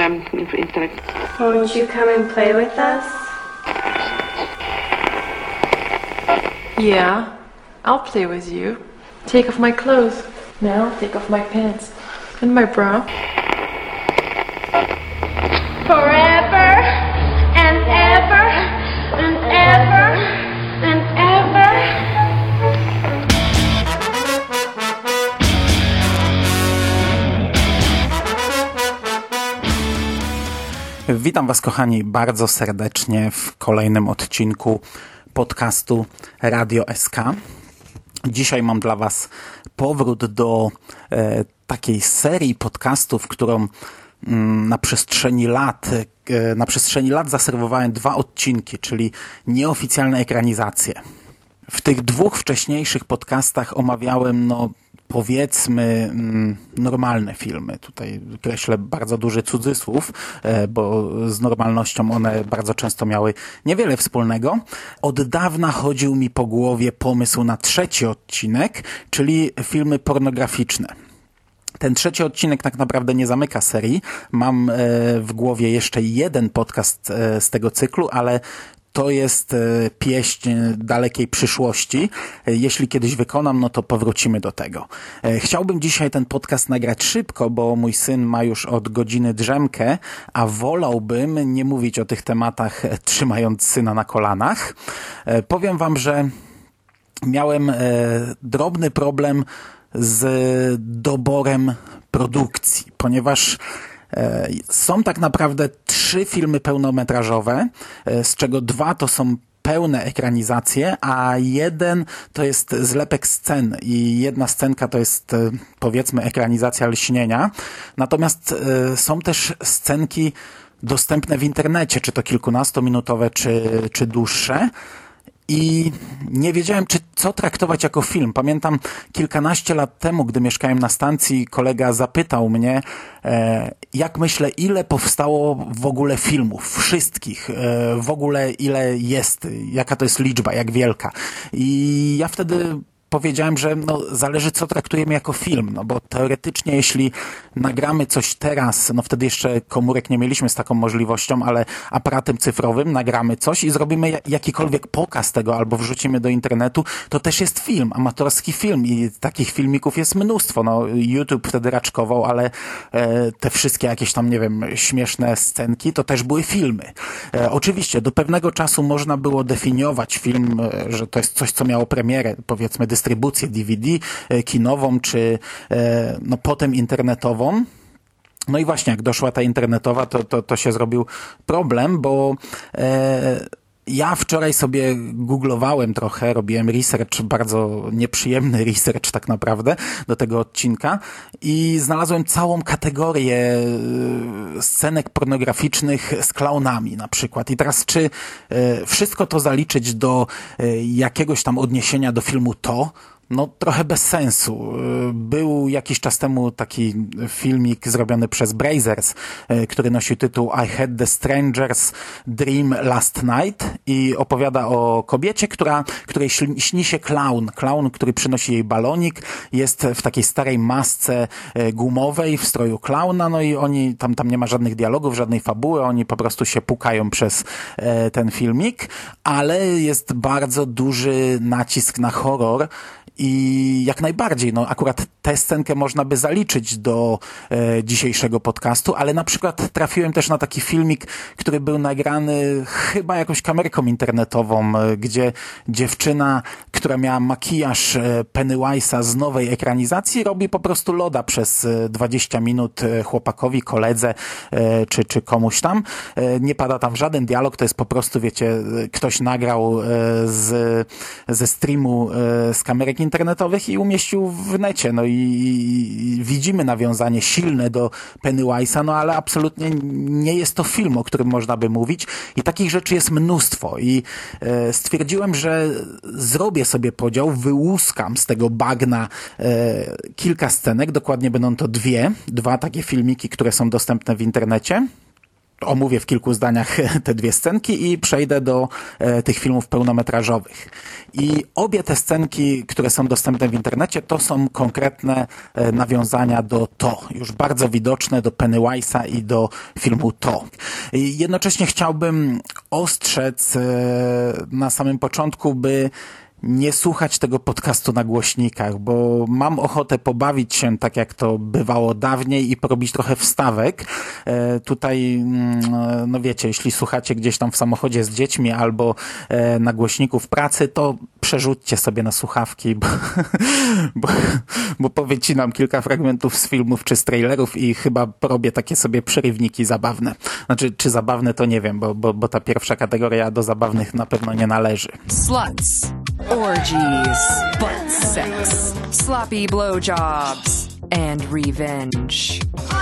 instead of... Won't you come and play with us? Yeah, I'll play with you. Take off my clothes. Now take off my pants. And my bra. Forever and ever and ever and ever. Witam Was, kochani, bardzo serdecznie w kolejnym odcinku podcastu Radio SK. Dzisiaj mam dla Was powrót do takiej serii podcastów, którą na przestrzeni lat zaserwowałem 2 odcinki, czyli nieoficjalne ekranizacje. W tych 2 wcześniejszych podcastach omawiałem, powiedzmy, normalne filmy. Tutaj kreślę bardzo duży cudzysłów, bo z normalnością one bardzo często miały niewiele wspólnego. Od dawna chodził mi po głowie pomysł na 3. odcinek, czyli filmy pornograficzne. Ten 3. odcinek tak naprawdę nie zamyka serii. Mam w głowie jeszcze jeden podcast z tego cyklu, ale to jest pieśń dalekiej przyszłości. Jeśli kiedyś wykonam, to powrócimy do tego. Chciałbym dzisiaj ten podcast nagrać szybko, bo mój syn ma już od godziny drzemkę, a wolałbym nie mówić o tych tematach trzymając syna na kolanach. Powiem Wam, że miałem drobny problem z doborem produkcji, ponieważ są tak naprawdę 3 filmy pełnometrażowe, z czego 2 to są pełne ekranizacje, a 1 to jest zlepek scen i jedna scenka to jest, powiedzmy, ekranizacja Lśnienia. Natomiast są też scenki dostępne w internecie, czy to kilkunastominutowe, czy dłuższe. I nie wiedziałem, co traktować jako film. Pamiętam kilkanaście lat temu, gdy mieszkałem na stacji, kolega zapytał mnie, jak myślę, ile powstało w ogóle filmów, wszystkich, w ogóle ile jest, jaka to jest liczba, jak wielka. I ja wtedy powiedziałem, że zależy, co traktujemy jako film, bo teoretycznie jeśli nagramy coś teraz, wtedy jeszcze komórek nie mieliśmy z taką możliwością, ale aparatem cyfrowym nagramy coś i zrobimy jakikolwiek pokaz tego albo wrzucimy do internetu, to też jest film, amatorski film i takich filmików jest mnóstwo. YouTube wtedy raczkował, ale te wszystkie jakieś tam, nie wiem, śmieszne scenki, to też były filmy. Oczywiście do pewnego czasu można było definiować film, że to jest coś, co miało premierę, powiedzmy dystrybucję DVD kinową, czy potem internetową. No i właśnie, jak doszła ta internetowa, to się zrobił problem, bo ja wczoraj sobie googlowałem trochę, robiłem research, bardzo nieprzyjemny research tak naprawdę do tego odcinka i znalazłem całą kategorię scenek pornograficznych z klaunami na przykład. I teraz czy wszystko to zaliczyć do jakiegoś tam odniesienia do filmu To? Trochę bez sensu. Był jakiś czas temu taki filmik zrobiony przez Brazzers, który nosi tytuł I Had the Stranger's Dream Last Night i opowiada o kobiecie, której śni się klaun, który przynosi jej balonik, jest w takiej starej masce gumowej w stroju klauna, i oni, tam nie ma żadnych dialogów, żadnej fabuły, oni po prostu się pukają przez ten filmik, ale jest bardzo duży nacisk na horror. I jak najbardziej, akurat tę scenkę można by zaliczyć do dzisiejszego podcastu, ale na przykład trafiłem też na taki filmik, który był nagrany chyba jakąś kamerką internetową, gdzie dziewczyna, która miała makijaż Pennywise'a z nowej ekranizacji, robi po prostu loda przez 20 minut chłopakowi, koledze, czy komuś tam. Nie pada tam żaden dialog, to jest po prostu, wiecie, ktoś nagrał ze streamu z kamerek internetowych i umieścił w necie. I widzimy nawiązanie silne do Pennywise'a, ale absolutnie nie jest to film, o którym można by mówić i takich rzeczy jest mnóstwo i stwierdziłem, że zrobię sobie podział, wyłuskam z tego bagna kilka scenek, dokładnie będą to 2 takie filmiki, które są dostępne w internecie. omówię w kilku zdaniach te dwie scenki i przejdę do tych filmów pełnometrażowych. I obie te scenki, które są dostępne w internecie, to są konkretne nawiązania do To. Już bardzo widoczne do Pennywise'a i do filmu To. I jednocześnie chciałbym ostrzec na samym początku, by nie słuchać tego podcastu na głośnikach, bo mam ochotę pobawić się tak, jak to bywało dawniej i porobić trochę wstawek. Tutaj, no wiecie, jeśli słuchacie gdzieś tam w samochodzie z dziećmi albo na głośniku w pracy, to przerzućcie sobie na słuchawki, bo powycinam kilka fragmentów z filmów czy z trailerów i chyba porobię takie sobie przerywniki zabawne. Znaczy, czy zabawne to nie wiem, bo ta pierwsza kategoria do zabawnych na pewno nie należy. Sluts, orgies, butt sex, sloppy blowjobs, and revenge.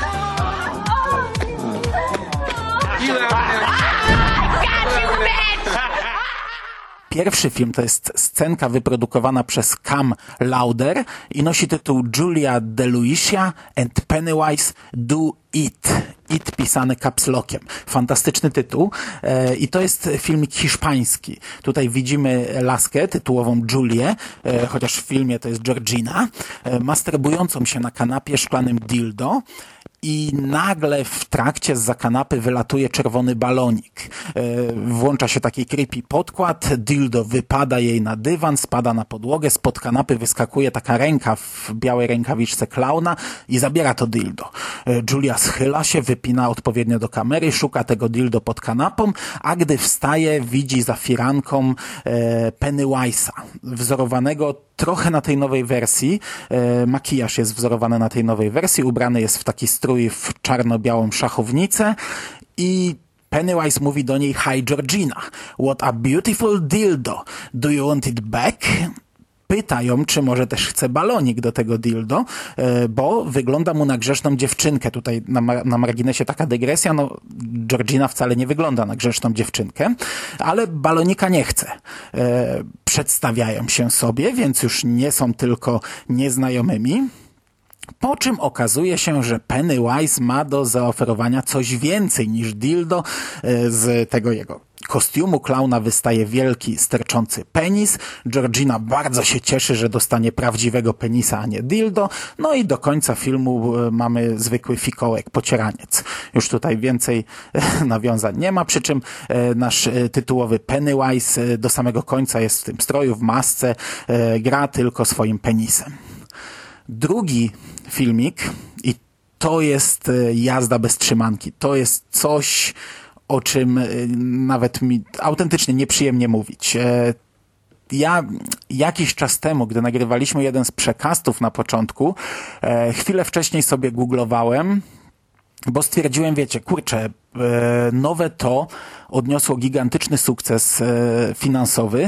Pierwszy film to jest scenka wyprodukowana przez Cam Lauder i nosi tytuł Julia DeLucia and Pennywise Do It. It pisane caps lockiem. Fantastyczny tytuł. I to jest filmik hiszpański. Tutaj widzimy laskę tytułową Julię, chociaż w filmie to jest Georgina, masturbującą się na kanapie szklanym dildo. I nagle w trakcie zza kanapy wylatuje czerwony balonik. Włącza się taki creepy podkład, dildo wypada jej na dywan, spada na podłogę, spod kanapy wyskakuje taka ręka w białej rękawiczce klauna i zabiera to dildo. Julia schyla się, wypina odpowiednio do kamery, szuka tego dildo pod kanapą, a gdy wstaje, widzi za firanką Pennywise'a, wzorowanego trochę na tej nowej wersji. Makijaż jest wzorowany na tej nowej wersji, ubrany jest w taki strój w czarno-białą szachownicę i Pennywise mówi do niej: Hi Georgina, what a beautiful dildo, do you want it back? Pyta ją, czy może też chce balonik do tego dildo, bo wygląda mu na grzeszną dziewczynkę. Tutaj na marginesie taka dygresja, no Georgina wcale nie wygląda na grzeszną dziewczynkę, ale balonika nie chce. Przedstawiają się sobie, więc już nie są tylko nieznajomymi. Po czym okazuje się, że Pennywise ma do zaoferowania coś więcej niż dildo. Z tego jego kostiumu klauna wystaje wielki, sterczący penis. Georgina bardzo się cieszy, że dostanie prawdziwego penisa, a nie dildo. No i do końca filmu mamy zwykły fikołek, pocieraniec. Już tutaj więcej nawiązań nie ma, przy czym nasz tytułowy Pennywise do samego końca jest w tym stroju, w masce, gra tylko swoim penisem. Drugi filmik i to jest jazda bez trzymanki. To jest coś, o czym nawet mi autentycznie nieprzyjemnie mówić. Ja jakiś czas temu, gdy nagrywaliśmy jeden z przekastów na początku, chwilę wcześniej sobie googlowałem, bo stwierdziłem, wiecie, kurczę, nowe To odniosło gigantyczny sukces finansowy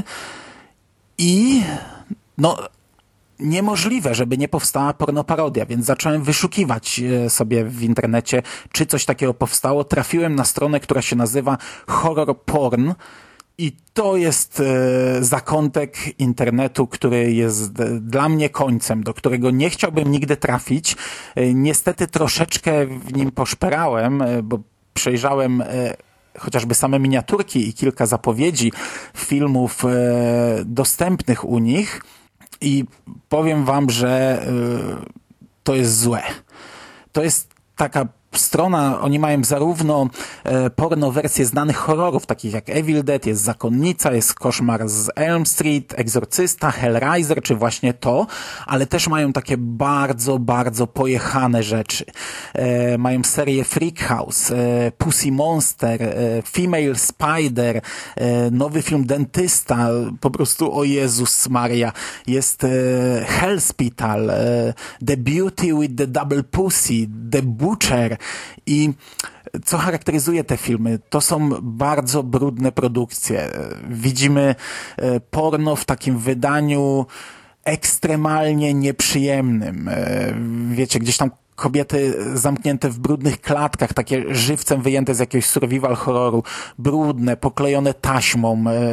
i no niemożliwe, żeby nie powstała pornoparodia, więc zacząłem wyszukiwać sobie w internecie, czy coś takiego powstało. Trafiłem na stronę, która się nazywa Horror Porn i to jest zakątek internetu, który jest dla mnie końcem, do którego nie chciałbym nigdy trafić. Niestety troszeczkę w nim poszperałem, bo przejrzałem chociażby same miniaturki i kilka zapowiedzi filmów dostępnych u nich. I powiem wam, że to jest złe. To jest taka strona, oni mają zarówno porno wersje znanych horrorów, takich jak Evil Dead, jest Zakonnica, jest Koszmar z Elm Street, Egzorcysta, Hellraiser, czy właśnie To, ale też mają takie bardzo, bardzo pojechane rzeczy. Mają serię Freak House, Pussy Monster, Female Spider, nowy film Dentysta, po prostu o Jezus Maria. Jest Hellspital, The Beauty with the Double Pussy, The Butcher. I co charakteryzuje te filmy? To są bardzo brudne produkcje. Widzimy porno w takim wydaniu ekstremalnie nieprzyjemnym. Wiecie, gdzieś tam kobiety zamknięte w brudnych klatkach, takie żywcem wyjęte z jakiegoś survival horroru, brudne, poklejone taśmą,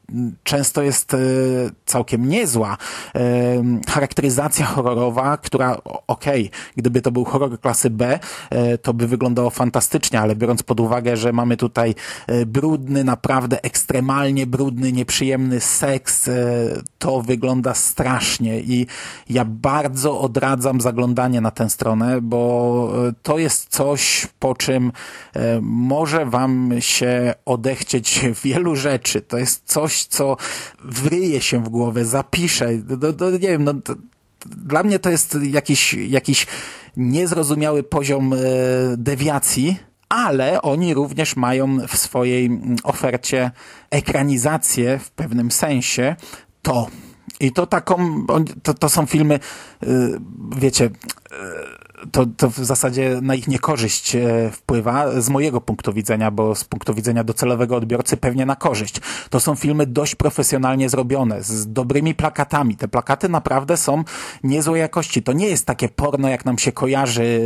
często jest całkiem niezła. Charakteryzacja horrorowa, która gdyby to był horror klasy B, to by wyglądało fantastycznie, ale biorąc pod uwagę, że mamy tutaj brudny, naprawdę ekstremalnie brudny, nieprzyjemny seks, to wygląda strasznie i ja bardzo odradzam zaglądanie na tę stronę, bo to jest coś, po czym może wam się odechcieć wielu rzeczy. To jest coś, co wryje się w głowę, zapisze. Nie wiem, dla mnie to jest jakiś niezrozumiały poziom dewiacji, ale oni również mają w swojej ofercie ekranizację w pewnym sensie I to to są filmy, wiecie, to w zasadzie na ich niekorzyść wpływa z mojego punktu widzenia, bo z punktu widzenia docelowego odbiorcy pewnie na korzyść. To są filmy dość profesjonalnie zrobione, z dobrymi plakatami. Te plakaty naprawdę są niezłej jakości. To nie jest takie porno, jak nam się kojarzy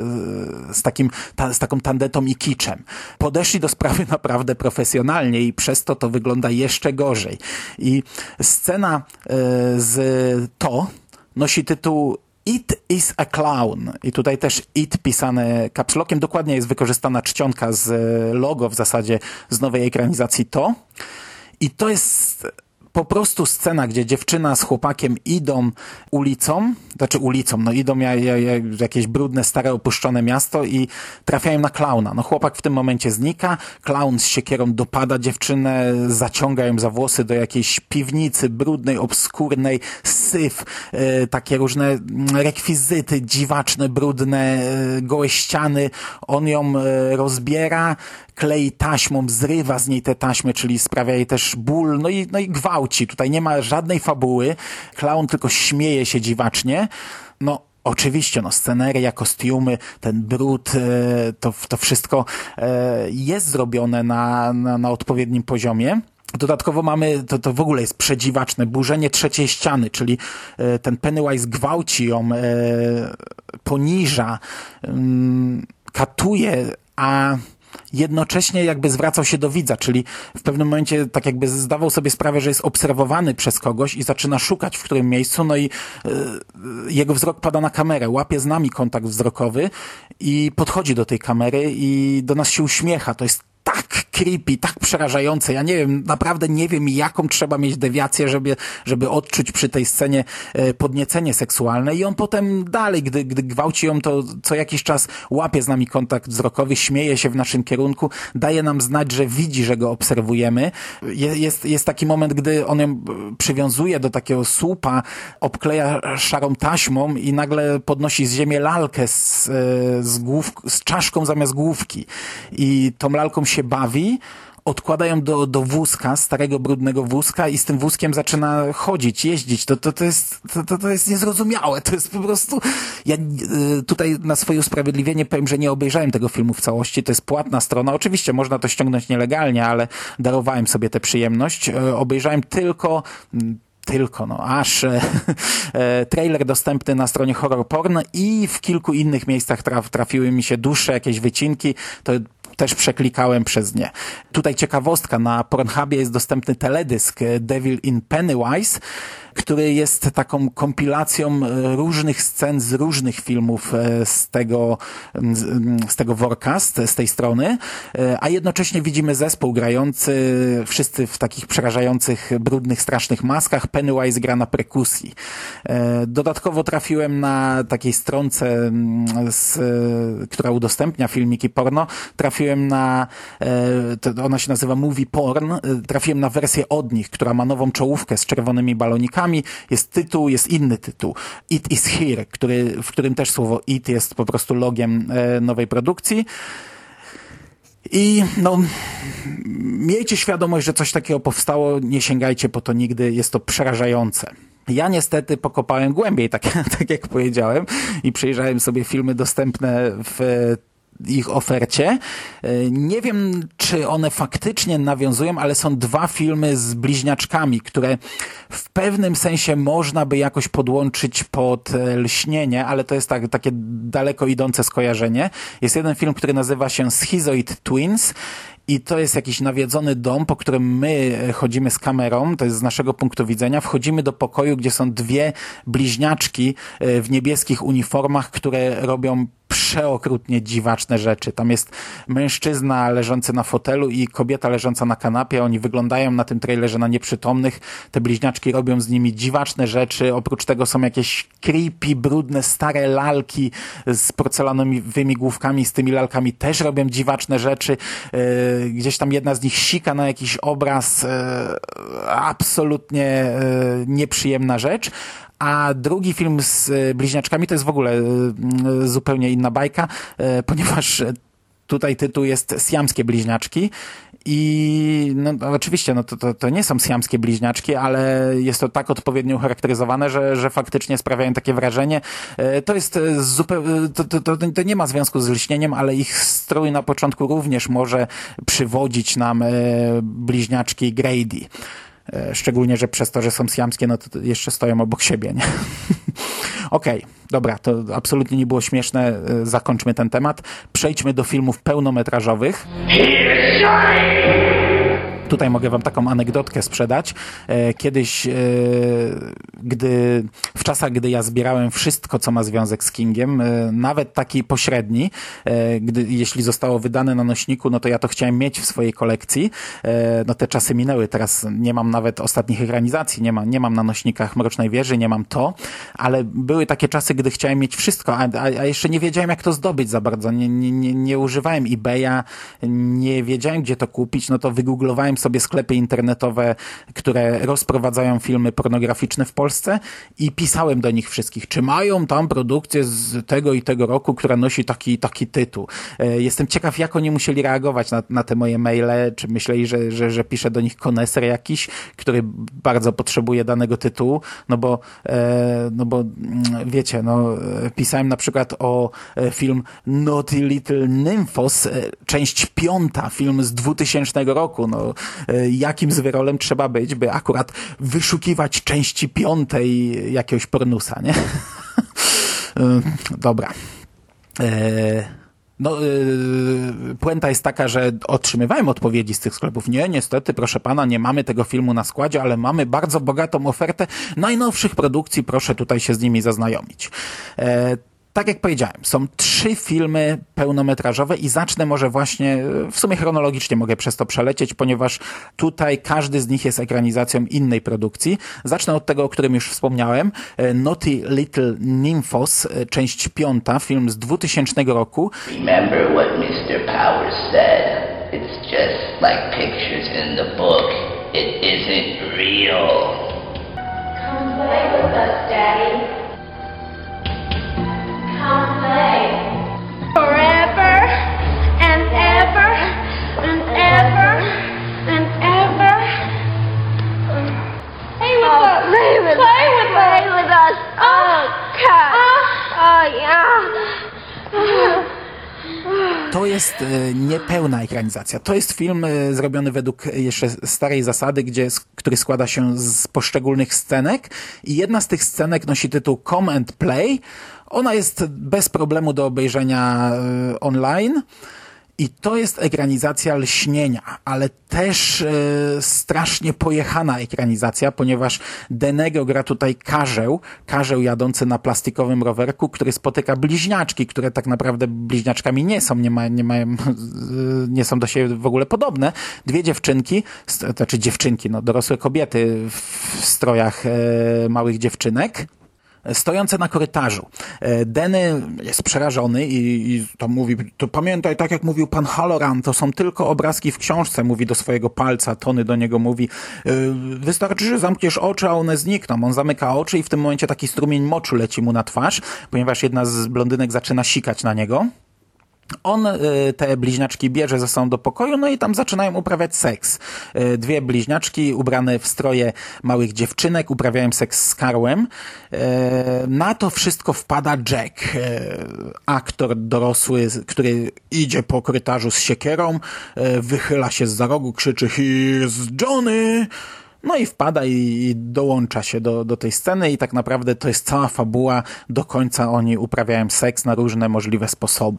z taką tandetą i kiczem. Podeszli do sprawy naprawdę profesjonalnie i przez to wygląda jeszcze gorzej. I scena nosi tytuł It is a clown. I tutaj też it pisane caps lockiem. Dokładnie jest wykorzystana czcionka z logo w zasadzie z nowej ekranizacji I to jest po prostu scena, gdzie dziewczyna z chłopakiem idą ulicą, idą jakieś brudne, stare, opuszczone miasto i trafiają na klauna. Chłopak w tym momencie znika, klaun z siekierą dopada dziewczynę, zaciąga ją za włosy do jakiejś piwnicy brudnej, obskurnej, syf, takie różne rekwizyty dziwaczne, brudne, gołe ściany. On ją rozbiera, klei taśmą, zrywa z niej te taśmy, czyli sprawia jej też ból, no i gwałci. Tutaj nie ma żadnej fabuły. Klaun tylko śmieje się dziwacznie. Oczywiście, sceneria, kostiumy, ten brud, to wszystko jest zrobione na odpowiednim poziomie. Dodatkowo mamy, to w ogóle jest przedziwaczne, burzenie trzeciej ściany, czyli ten Pennywise gwałci ją, poniża, katuje, a jednocześnie jakby zwracał się do widza, czyli w pewnym momencie tak jakby zdawał sobie sprawę, że jest obserwowany przez kogoś i zaczyna szukać w którym miejscu, i jego wzrok pada na kamerę, łapie z nami kontakt wzrokowy i podchodzi do tej kamery i do nas się uśmiecha. To jest tak creepy, tak przerażające. Ja nie wiem, naprawdę nie wiem, jaką trzeba mieć dewiację, żeby odczuć przy tej scenie podniecenie seksualne i on potem dalej, gdy gwałci ją, to co jakiś czas łapie z nami kontakt wzrokowy, śmieje się w naszym kierunku, daje nam znać, że widzi, że go obserwujemy. Jest taki moment, gdy on ją przywiązuje do takiego słupa, obkleja szarą taśmą i nagle podnosi z ziemi lalkę z czaszką zamiast główki. I tą lalką się bawi, odkładają do wózka, starego, brudnego wózka i z tym wózkiem zaczyna chodzić, jeździć. To jest niezrozumiałe. To jest po prostu... Ja tutaj na swoje usprawiedliwienie powiem, że nie obejrzałem tego filmu w całości. To jest płatna strona. Oczywiście można to ściągnąć nielegalnie, ale darowałem sobie tę przyjemność. Obejrzałem tylko trailer dostępny na stronie Horror Porn i w kilku innych miejscach trafiły mi się dłuższe jakieś wycinki, to też przeklikałem przez nie. Tutaj ciekawostka, na Pornhubie jest dostępny teledysk Devil in Pennywise, który jest taką kompilacją różnych scen z różnych filmów z tego worka, z tej strony, a jednocześnie widzimy zespół grający, wszyscy w takich przerażających, brudnych, strasznych maskach. Pennywise gra na perkusji. Dodatkowo trafiłem na takiej stronce, która udostępnia filmiki porno, trafiłem na, ona się nazywa Movie Porn, trafiłem na wersję od nich, która ma nową czołówkę z czerwonymi balonikami. Jest tytuł, jest inny tytuł. It is here, w którym też słowo it jest po prostu logiem nowej produkcji. I miejcie świadomość, że coś takiego powstało, nie sięgajcie po to nigdy, jest to przerażające. Ja niestety pokopałem głębiej, tak jak powiedziałem, i przejrzałem sobie filmy dostępne w ich ofercie. Nie wiem, czy one faktycznie nawiązują, ale są dwa filmy z bliźniaczkami, które w pewnym sensie można by jakoś podłączyć pod lśnienie, ale to jest takie daleko idące skojarzenie. Jest jeden film, który nazywa się Schizoid Twins i to jest jakiś nawiedzony dom, po którym my chodzimy z kamerą, to jest z naszego punktu widzenia, wchodzimy do pokoju, gdzie są dwie bliźniaczki w niebieskich uniformach, które robią przeokrutnie dziwaczne rzeczy. Tam jest mężczyzna leżący na fotelu i kobieta leżąca na kanapie. Oni wyglądają na tym trailerze na nieprzytomnych. Te bliźniaczki robią z nimi dziwaczne rzeczy. Oprócz tego są jakieś creepy, brudne, stare lalki z porcelanowymi główkami. Z tymi lalkami też robią dziwaczne rzeczy. Gdzieś tam jedna z nich sika na jakiś obraz. Absolutnie nieprzyjemna rzecz. A drugi film z bliźniaczkami to jest w ogóle zupełnie inna bajka, ponieważ tutaj tytuł jest Siamskie bliźniaczki i no, oczywiście to nie są siamskie bliźniaczki, ale jest to tak odpowiednio ucharakteryzowane, że faktycznie sprawiają takie wrażenie. To jest zupełnie, to nie ma związku z lśnieniem, ale ich strój na początku również może przywodzić nam bliźniaczki Grady. Szczególnie, że przez to, że są siamskie, no to jeszcze stoją obok siebie, nie? Okej, dobra, to absolutnie nie było śmieszne. Zakończmy ten temat. Przejdźmy do filmów pełnometrażowych. Tutaj mogę wam taką anegdotkę sprzedać. Kiedyś, w czasach, gdy ja zbierałem wszystko, co ma związek z Kingiem, nawet taki pośredni, jeśli zostało wydane na nośniku, no to ja to chciałem mieć w swojej kolekcji. No te czasy minęły, teraz nie mam nawet ostatnich ekranizacji, nie mam na nośnikach Mrocznej Wieży, nie mam to, ale były takie czasy, gdy chciałem mieć wszystko, a jeszcze nie wiedziałem, jak to zdobyć za bardzo. Nie używałem eBaya, nie wiedziałem, gdzie to kupić, no to wygooglowałem sobie sklepy internetowe, które rozprowadzają filmy pornograficzne w Polsce i pisałem do nich wszystkich, czy mają tam produkcję z tego i tego roku, która nosi taki tytuł. Jestem ciekaw, jak oni musieli reagować na te moje maile, czy myśleli, że pisze do nich koneser jakiś, który bardzo potrzebuje danego tytułu, no bo wiecie, pisałem na przykład o film Naughty Little Nymphos, część 5, film z 2000 roku, jakim zwyrolem trzeba być, by akurat wyszukiwać części 5 jakiegoś pornusa, nie? Dobra. Puenta jest taka, że otrzymywałem odpowiedzi z tych sklepów. Nie, niestety, proszę pana, nie mamy tego filmu na składzie, ale mamy bardzo bogatą ofertę najnowszych produkcji, proszę tutaj się z nimi zaznajomić. Tak jak powiedziałem, są 3 filmy pełnometrażowe i zacznę może właśnie, w sumie chronologicznie mogę przez to przelecieć, ponieważ tutaj każdy z nich jest ekranizacją innej produkcji. Zacznę od tego, o którym już wspomniałem. Naughty Little Nymphos, część 5, film z 2000 roku. Remember what Mr. Powers said. It's just like pictures in the book. It isn't real. Come play with us, Daddy. Come play. Forever and ever and ever and ever. Play with us. Play with us. Play with us. Oh, cat. Oh, yeah. To jest niepełna ekranizacja. To jest film zrobiony według jeszcze starej zasady, który składa się z poszczególnych scenek i jedna z tych scenek nosi tytuł Come and Play. Ona jest bez problemu do obejrzenia online i to jest ekranizacja Lśnienia, ale też strasznie pojechana ekranizacja, ponieważ Denego gra tutaj karzeł jadący na plastikowym rowerku, który spotyka bliźniaczki, które tak naprawdę bliźniaczkami nie są, nie są do siebie w ogóle podobne. 2 dziewczynki, dorosłe kobiety w strojach małych dziewczynek, stojące na korytarzu. Denny jest przerażony i to mówi, to pamiętaj, tak jak mówił pan Halloran, to są tylko obrazki w książce, mówi do swojego palca. Tony do niego mówi, wystarczy, że zamkniesz oczy, a one znikną. On zamyka oczy i w tym momencie taki strumień moczu leci mu na twarz, ponieważ jedna z blondynek zaczyna sikać na niego. On te bliźniaczki bierze ze sobą do pokoju, no i tam zaczynają uprawiać seks. 2 bliźniaczki ubrane w stroje małych dziewczynek uprawiają seks z Karłem. Na to wszystko wpada Jack, aktor dorosły, który idzie po korytarzu z siekierą, wychyla się zza rogu, krzyczy "Here's Johnny!" No i wpada i dołącza się do tej sceny i tak naprawdę to jest cała fabuła. Do końca oni uprawiają seks na różne możliwe sposoby.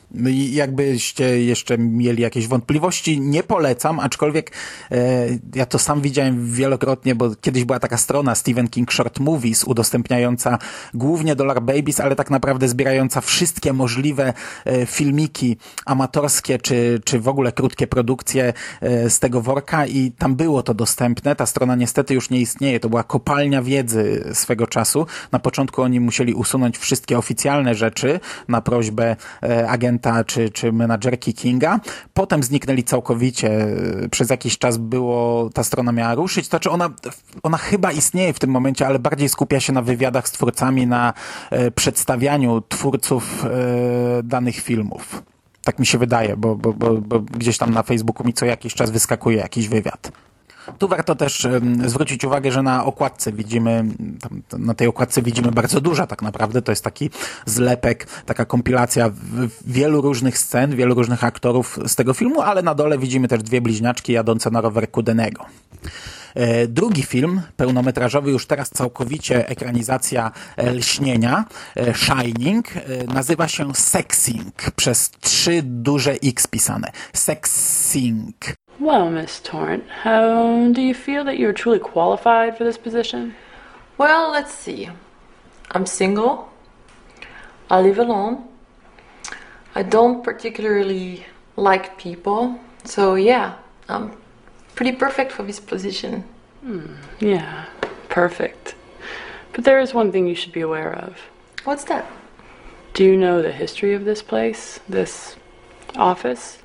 Jakbyście jeszcze mieli jakieś wątpliwości, nie polecam, aczkolwiek ja to sam widziałem wielokrotnie, bo kiedyś była taka strona Stephen King Short Movies udostępniająca głównie Dollar Babies, ale tak naprawdę zbierająca wszystkie możliwe filmiki amatorskie czy w ogóle krótkie produkcje z tego worka i tam było to dostępne. Ta strona niestety już nie istnieje. To była kopalnia wiedzy swego czasu. Na początku oni musieli usunąć wszystkie oficjalne rzeczy na prośbę agenta czy menadżerki Kinga. Potem zniknęli całkowicie. Przez jakiś czas ta strona miała ruszyć. To znaczy ona chyba istnieje w tym momencie, ale bardziej skupia się na wywiadach z twórcami, na przedstawianiu twórców danych filmów. Tak mi się wydaje, bo gdzieś tam na Facebooku mi co jakiś czas wyskakuje jakiś wywiad. Tu warto też zwrócić uwagę, że na okładce na tej okładce widzimy bardzo dużo tak naprawdę. To jest taki zlepek, taka kompilacja wielu różnych scen, wielu różnych aktorów z tego filmu, ale na dole widzimy też dwie bliźniaczki jadące na rowerku Denego. Drugi film, pełnometrażowy, już teraz całkowicie ekranizacja Lśnienia, Shining, nazywa się Sexing, przez 3 duże X pisane. Sexing. Well, Miss Torrent, how do you feel that you're truly qualified for this position? Well, let's see. I'm single. I live alone. I don't particularly like people. So yeah, I'm pretty perfect for this position. Yeah, perfect. But there is one thing you should be aware of. What's that? Do you know the history of this place, this office?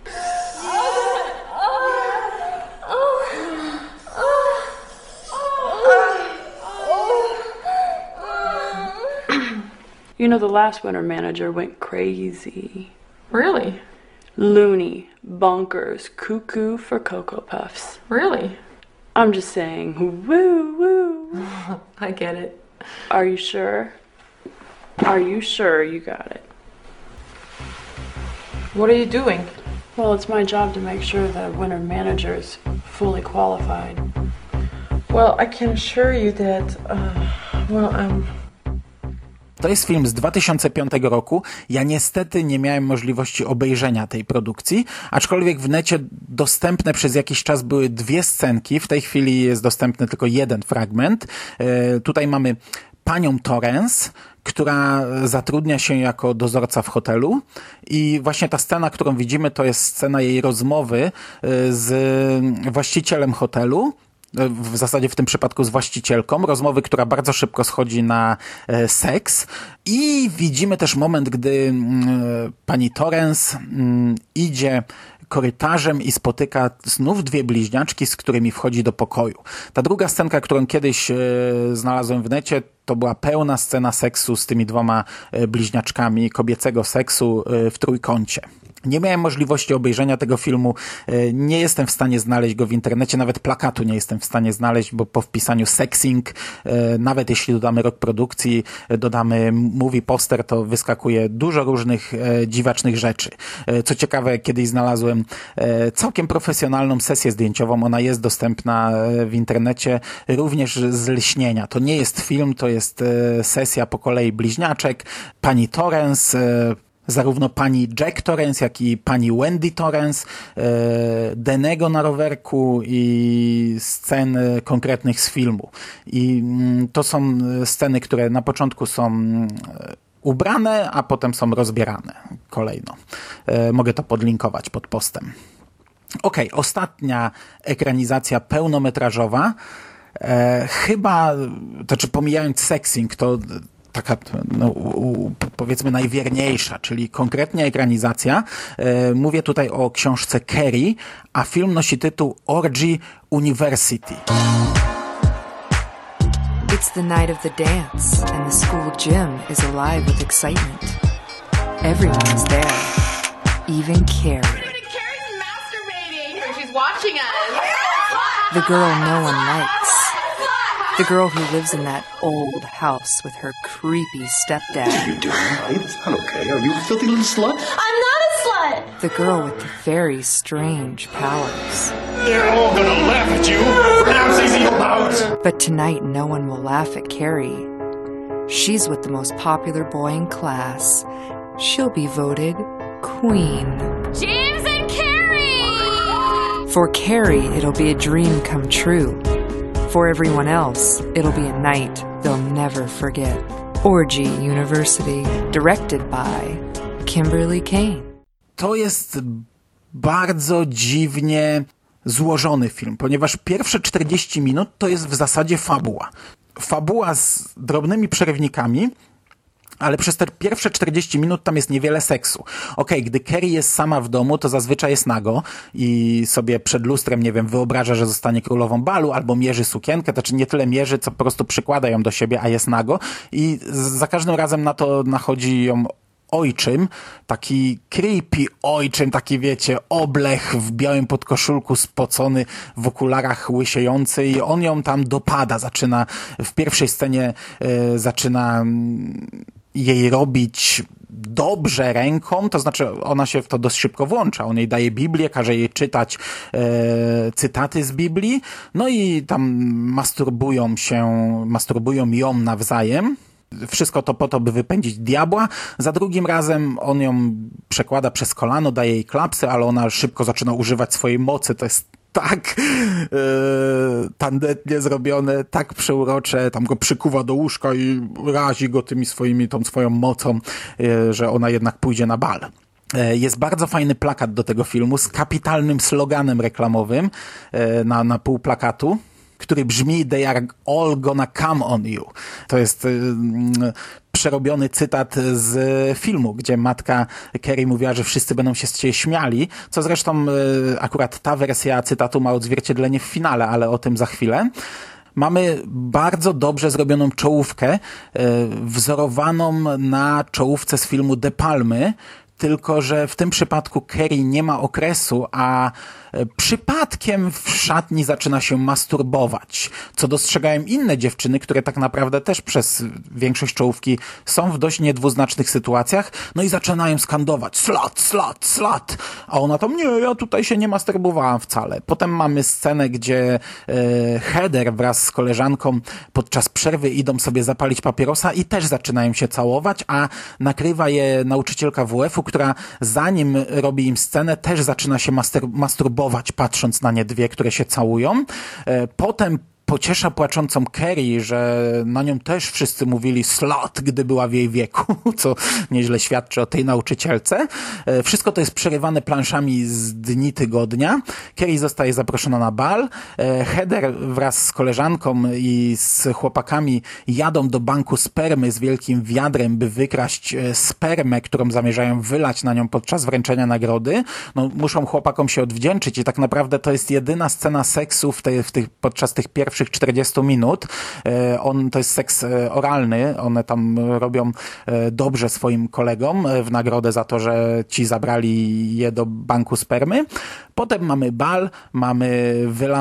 You know, the last winter manager went crazy. Really? Loony, bonkers, cuckoo for Cocoa Puffs. Really? I'm just saying, woo, woo. I get it. Are you sure? Are you sure you got it? What are you doing? Well, it's my job to make sure the winter manager is fully qualified. Well, I can assure you that, To jest film z 2005 roku. Ja niestety nie miałem możliwości obejrzenia tej produkcji, aczkolwiek w necie dostępne przez jakiś czas były 2 scenki. W tej chwili jest dostępny tylko 1 fragment. Tutaj mamy panią Torrance, która zatrudnia się jako dozorca w hotelu i właśnie ta scena, którą widzimy, to jest scena jej rozmowy z właścicielem hotelu, w zasadzie w tym przypadku z właścicielką, rozmowy, która bardzo szybko schodzi na seks i widzimy też moment, gdy pani Torrance idzie korytarzem i spotyka znów 2 bliźniaczki, z którymi wchodzi do pokoju. Ta druga scenka, którą kiedyś znalazłem w necie, to była pełna scena seksu z tymi 2 bliźniaczkami, kobiecego seksu w trójkącie. Nie miałem możliwości obejrzenia tego filmu, nie jestem w stanie znaleźć go w internecie, nawet plakatu nie jestem w stanie znaleźć, bo po wpisaniu Sexing, nawet jeśli dodamy rok produkcji, dodamy movie poster, to wyskakuje dużo różnych dziwacznych rzeczy. Co ciekawe, kiedyś znalazłem całkiem profesjonalną sesję zdjęciową, ona jest dostępna w internecie, również z Lśnienia. To nie jest film, to jest sesja po kolei bliźniaczek, pani Torrance, zarówno pani Jack Torrance, jak i pani Wendy Torrance, Denego na rowerku i sceny konkretnych z filmu. I to są sceny, które na początku są ubrane, a potem są rozbierane kolejno. Mogę to podlinkować pod postem. Okej, ostatnia ekranizacja pełnometrażowa. Chyba, to znaczy pomijając Sexing, to taka, powiedzmy, najwierniejsza, czyli konkretnie ekranizacja. Mówię tutaj o książce Carrie, a film nosi tytuł Orgy University. It's the night of the dance, and the school gym is alive with excitement. Everyone's there, even Carrie. Carrie's masturbating. She's watching us. The girl no one likes. The girl who lives in that old house with her creepy stepdad. What are you doing, honey? That's not okay. Are you a filthy little slut? I'm not a slut. The girl with the very strange powers. They're all gonna laugh at you. Pronounce these evil powers. But tonight no one will laugh at Carrie. She's with the most popular boy in class. She'll be voted queen. James and Carrie! For Carrie, it'll be a dream come true. For everyone else, it'll be a night they'll never forget. Orgy University, directed by Kimberly Kane. To jest bardzo dziwnie złożony film, ponieważ pierwsze 40 minut to jest w zasadzie fabuła. Fabuła z drobnymi przerywnikami, ale przez te pierwsze 40 minut tam jest niewiele seksu. Okej, gdy Carrie jest sama w domu, to zazwyczaj jest nago i sobie przed lustrem, nie wiem, wyobraża, że zostanie królową balu, albo mierzy sukienkę, to znaczy nie tyle mierzy, co po prostu przykłada ją do siebie, a jest nago i za każdym razem na to nachodzi ją ojczym, taki creepy ojczym, taki wiecie, oblech w białym podkoszulku, spocony, w okularach łysiejący i on ją tam dopada, zaczyna w pierwszej scenie zaczyna jej robić dobrze ręką, to znaczy ona się w to dość szybko włącza. On jej daje Biblię, każe jej czytać cytaty z Biblii, no i tam masturbują ją nawzajem. Wszystko to po to, by wypędzić diabła. Za drugim razem on ją przekłada przez kolano, daje jej klapsy, ale ona szybko zaczyna używać swojej mocy. To jest tak tandetnie zrobione, tak przeurocze, tam go przykuwa do łóżka i razi go tą swoją mocą, że ona jednak pójdzie na bal. Jest bardzo fajny plakat do tego filmu z kapitalnym sloganem reklamowym na pół plakatu, który brzmi "They are all gonna come on you". To jest przerobiony cytat z filmu, gdzie matka Carrie mówiła, że wszyscy będą się z ciebie śmiali, co zresztą akurat ta wersja cytatu ma odzwierciedlenie w finale, ale o tym za chwilę. Mamy bardzo dobrze zrobioną czołówkę, wzorowaną na czołówce z filmu De Palmy, tylko że w tym przypadku Carrie nie ma okresu, a przypadkiem w szatni zaczyna się masturbować, co dostrzegają inne dziewczyny, które tak naprawdę też przez większość czołówki są w dość niedwuznacznych sytuacjach, no i zaczynają skandować slut, slut, slut, a ona tam nie, ja tutaj się nie masturbowałam wcale. Potem mamy scenę, gdzie Heather wraz z koleżanką podczas przerwy idą sobie zapalić papierosa i też zaczynają się całować, a nakrywa je nauczycielka WF-u, która zanim robi im scenę, też zaczyna się masturbować, patrząc na nie dwie, które się całują. Potem pociesza płaczącą Carrie, że na nią też wszyscy mówili slut, gdy była w jej wieku, co nieźle świadczy o tej nauczycielce. Wszystko to jest przerywane planszami z dni tygodnia. Carrie zostaje zaproszona na bal. Heather wraz z koleżanką i z chłopakami jadą do banku spermy z wielkim wiadrem, by wykraść spermę, którą zamierzają wylać na nią podczas wręczenia nagrody. No, muszą chłopakom się odwdzięczyć i tak naprawdę to jest jedyna scena seksu podczas tych pierwszych 40 minut. To jest seks oralny. One tam robią dobrze swoim kolegom w nagrodę za to, że ci zabrali je do banku spermy. Potem mamy bal, mamy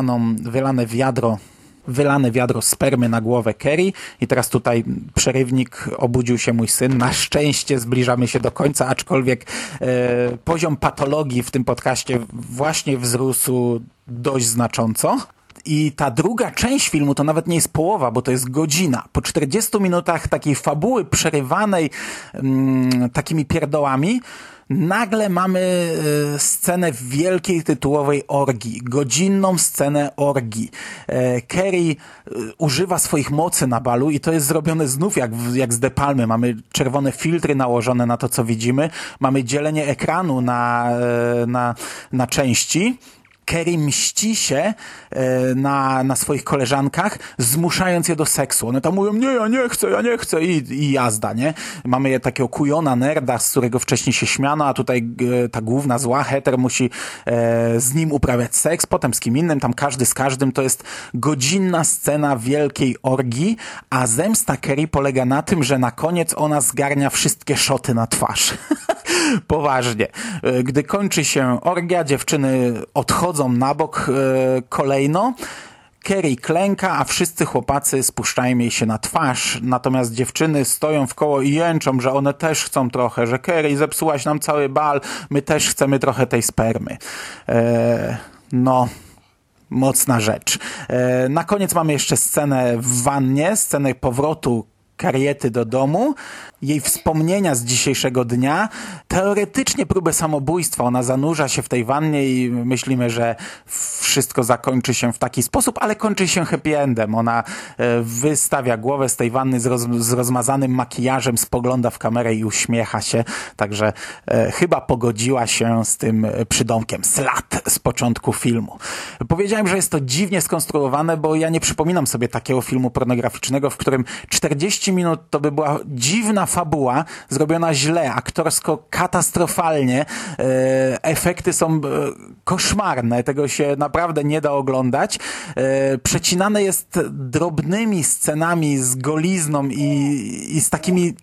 wylane wiadro spermy na głowę Carrie i teraz tutaj przerywnik, obudził się mój syn. Na szczęście zbliżamy się do końca, aczkolwiek poziom patologii w tym podcaście właśnie wzrósł dość znacząco. I ta druga część filmu to nawet nie jest połowa, bo to jest godzina. Po 40 minutach takiej fabuły przerywanej takimi pierdołami, nagle mamy scenę wielkiej tytułowej orgii, godzinną scenę orgii. Carrie używa swoich mocy na balu i to jest zrobione znów jak z De Palmy. Mamy czerwone filtry nałożone na to, co widzimy. Mamy dzielenie ekranu na części. Carrie mści się na swoich koleżankach, zmuszając je do seksu. One tam mówią, nie, ja nie chcę i jazda, nie? Mamy takiego kujona nerda, z którego wcześniej się śmiano, a tutaj ta główna zła Heather musi z nim uprawiać seks, potem z kim innym, tam każdy z każdym. To jest godzinna scena wielkiej orgii, a zemsta Carrie polega na tym, że na koniec ona zgarnia wszystkie szoty na twarz. Poważnie. Gdy kończy się orgia, dziewczyny odchodzą na bok kolejno. Carrie klęka, a wszyscy chłopacy spuszczają jej się na twarz. Natomiast dziewczyny stoją w koło i jęczą, że one też chcą trochę, że Carrie, zepsułaś nam cały bal, my też chcemy trochę tej spermy. Mocna rzecz. Na koniec mamy jeszcze scenę w wannie, scenę powrotu kariety do domu, jej wspomnienia z dzisiejszego dnia, teoretycznie próbę samobójstwa. Ona zanurza się w tej wannie i myślimy, że wszystko zakończy się w taki sposób, ale kończy się happy endem. Ona wystawia głowę z tej wanny z rozmazanym makijażem, spogląda w kamerę i uśmiecha się. Także chyba pogodziła się z tym przydomkiem slut z początku filmu. Powiedziałem, że jest to dziwnie skonstruowane, bo ja nie przypominam sobie takiego filmu pornograficznego, w którym 40 minut to by była dziwna fabuła, zrobiona źle, aktorsko katastrofalnie, efekty są koszmarne, tego się naprawdę nie da oglądać. Przecinane jest drobnymi scenami z golizną i z takimi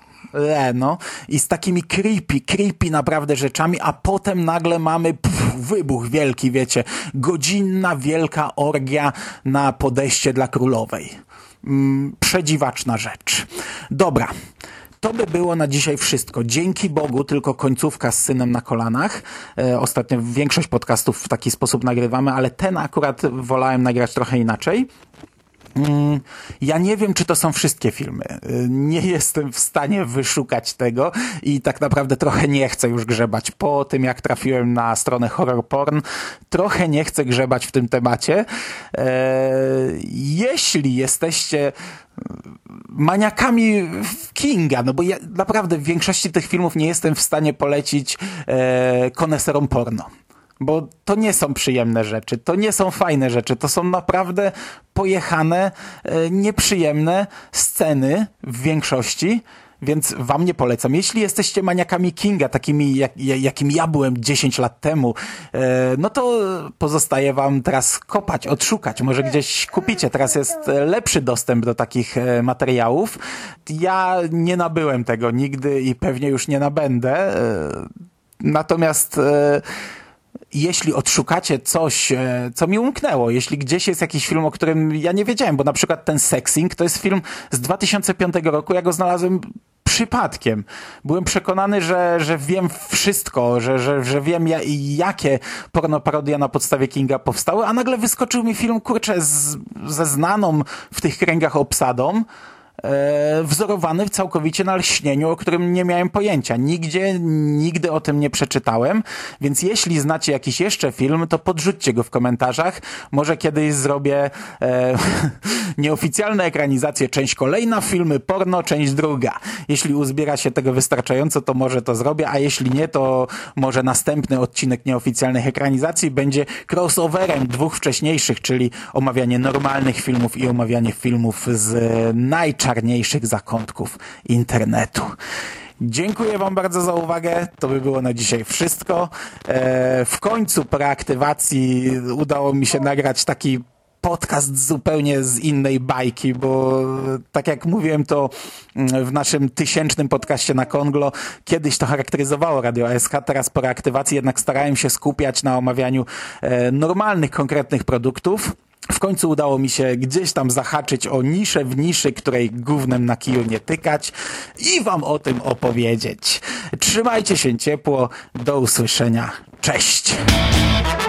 i z takimi creepy naprawdę rzeczami, a potem nagle mamy wybuch wielki, wiecie, godzinna wielka orgia na podejście dla królowej. Przedziwaczna rzecz. Dobra. To by było na dzisiaj wszystko. Dzięki Bogu tylko końcówka z synem na kolanach. Ostatnio większość podcastów w taki sposób nagrywamy, ale ten akurat wolałem nagrać trochę inaczej. Ja nie wiem, czy to są wszystkie filmy. Nie jestem w stanie wyszukać tego i tak naprawdę trochę nie chcę już grzebać. Po tym, jak trafiłem na stronę Horror Porn, trochę nie chcę grzebać w tym temacie. Jeśli jesteście maniakami Kinga, no bo ja naprawdę w większości tych filmów nie jestem w stanie polecić koneserom porno. Bo to nie są przyjemne rzeczy, to nie są fajne rzeczy, to są naprawdę pojechane, nieprzyjemne sceny w większości, więc wam nie polecam. Jeśli jesteście maniakami Kinga, takimi jakim ja byłem 10 lat temu, no to pozostaje wam teraz kopać, odszukać. Może gdzieś kupicie. Teraz jest lepszy dostęp do takich materiałów. Ja nie nabyłem tego nigdy i pewnie już nie nabędę. Natomiast jeśli odszukacie coś, co mi umknęło, jeśli gdzieś jest jakiś film, o którym ja nie wiedziałem, bo na przykład ten Sexing to jest film z 2005 roku, ja go znalazłem przypadkiem. Byłem przekonany, że wiem wszystko, że wiem jakie pornoparodie na podstawie Kinga powstały, a nagle wyskoczył mi film, kurczę, ze znaną w tych kręgach obsadą, wzorowany całkowicie na lśnieniu, o którym nie miałem pojęcia. Nigdy o tym nie przeczytałem, więc jeśli znacie jakiś jeszcze film, to podrzućcie go w komentarzach. Może kiedyś zrobię nieoficjalne ekranizacje, część kolejna, filmy porno, część druga. Jeśli uzbiera się tego wystarczająco, to może to zrobię, a jeśli nie, to może następny odcinek nieoficjalnych ekranizacji będzie crossoverem dwóch wcześniejszych, czyli omawianie normalnych filmów i omawianie filmów z najczarniejszych zakątków internetu. Dziękuję wam bardzo za uwagę. To by było na dzisiaj wszystko. W końcu po reaktywacji udało mi się nagrać taki podcast zupełnie z innej bajki, bo tak jak mówiłem, to w naszym 1000 podcaście na Konglo kiedyś to charakteryzowało Radio SK, teraz po reaktywacji jednak starałem się skupiać na omawianiu normalnych, konkretnych produktów. W końcu udało mi się gdzieś tam zahaczyć o niszę w niszy, której gównem na kiju nie tykać i wam o tym opowiedzieć. Trzymajcie się ciepło, do usłyszenia. Cześć!